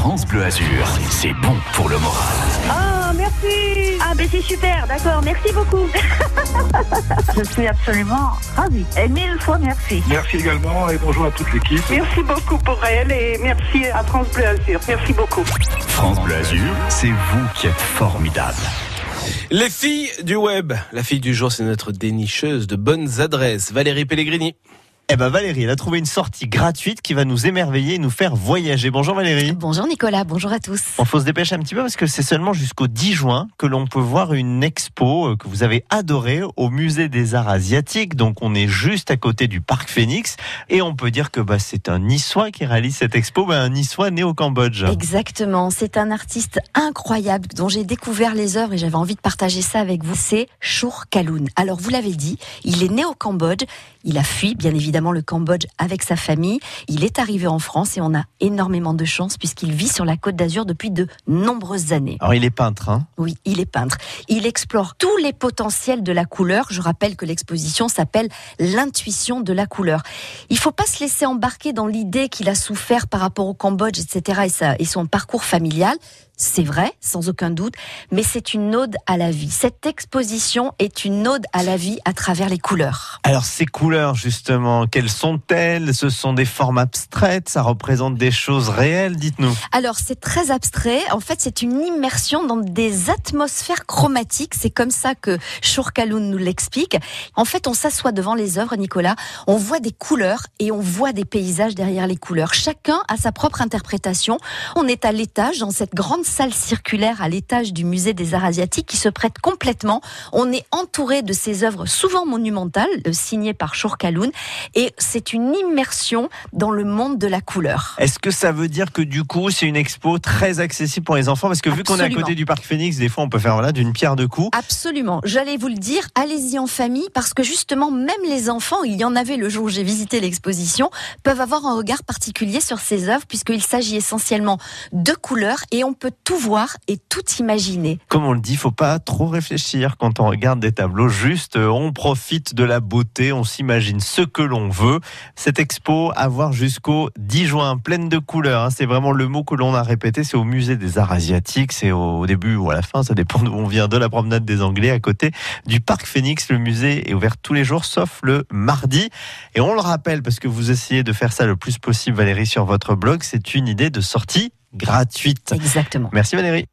France Bleu Azur, c'est bon pour le moral. Ah, merci. Ah, ben c'est super, d'accord, merci beaucoup. Je suis absolument ravie. Et 1000 fois merci. Merci également et bonjour à toute l'équipe. Merci beaucoup pour elle et merci à France Bleu Azur. Merci beaucoup. France Bleu Azur, c'est vous qui êtes formidables. Les filles du web. La fille du jour, c'est notre dénicheuse de bonnes adresses, Valérie Pellegrini. Valérie, elle a trouvé une sortie gratuite qui va nous émerveiller et nous faire voyager. Bonjour Valérie. Bonjour Nicolas, bonjour à tous. On faut se dépêcher un petit peu parce que c'est seulement jusqu'au 10 juin que l'on peut voir une expo que vous avez adorée au musée des arts asiatiques. Donc on est juste à côté du parc Phoenix et on peut dire que c'est un Niçois qui réalise cette expo, un Niçois né au Cambodge. Exactement, c'est un artiste incroyable dont j'ai découvert les œuvres et j'avais envie de partager ça avec vous. C'est Choor Kaloon. Alors vous l'avez dit, il est né au Cambodge, il a fui bien évidemment le Cambodge avec sa famille. Il est arrivé en France et on a énormément de chance puisqu'il vit sur la Côte d'Azur depuis de nombreuses années. Alors il est peintre, hein ? Oui, il est peintre. Il explore tous les potentiels de la couleur. Je rappelle que l'exposition s'appelle l'intuition de la couleur. Il faut pas se laisser embarquer dans l'idée qu'il a souffert par rapport au Cambodge, etc. et son parcours familial. C'est vrai, sans aucun doute, mais c'est une ode à la vie. Cette exposition est une ode à la vie à travers les couleurs. Alors ces couleurs, justement, quelles sont-elles ? Ce sont des formes abstraites, ça représente des choses réelles, dites-nous. Alors c'est très abstrait, en fait c'est une immersion dans des atmosphères chromatiques, c'est comme ça que Choor Kaloon nous l'explique. En fait on s'assoit devant les œuvres, Nicolas, on voit des couleurs et on voit des paysages derrière les couleurs. Chacun a sa propre interprétation. On est à l'étage, dans cette grande salle circulaire à l'étage du musée des arts asiatiques qui se prête complètement. On est entouré de ces œuvres souvent monumentales, signées par Choor Kaloon, et c'est une immersion dans le monde de la couleur. Est-ce que ça veut dire que du coup c'est une expo très accessible pour les enfants ? Parce que vu qu'on est à côté du parc Phoenix, des fois on peut faire d'une pierre deux coups. Absolument, j'allais vous le dire, allez-y en famille parce que justement même les enfants, il y en avait le jour où j'ai visité l'exposition, peuvent avoir un regard particulier sur ces œuvres puisqu'il s'agit essentiellement de couleurs et on peut tout voir et tout imaginer. Comme on le dit, faut pas trop réfléchir quand on regarde des tableaux, juste on profite de la beauté, on s'imagine ce que l'on veut. Cette expo à voir jusqu'au 10 juin, pleine de couleurs, c'est vraiment le mot que l'on a répété, c'est au musée des arts asiatiques, c'est au début ou à la fin, ça dépend d'où on vient, de la promenade des Anglais à côté du parc Phoenix. Le musée est ouvert tous les jours sauf le mardi et on le rappelle parce que vous essayez de faire ça le plus possible, Valérie, sur votre blog, c'est une idée de sortie gratuite. Exactement. Merci Valérie.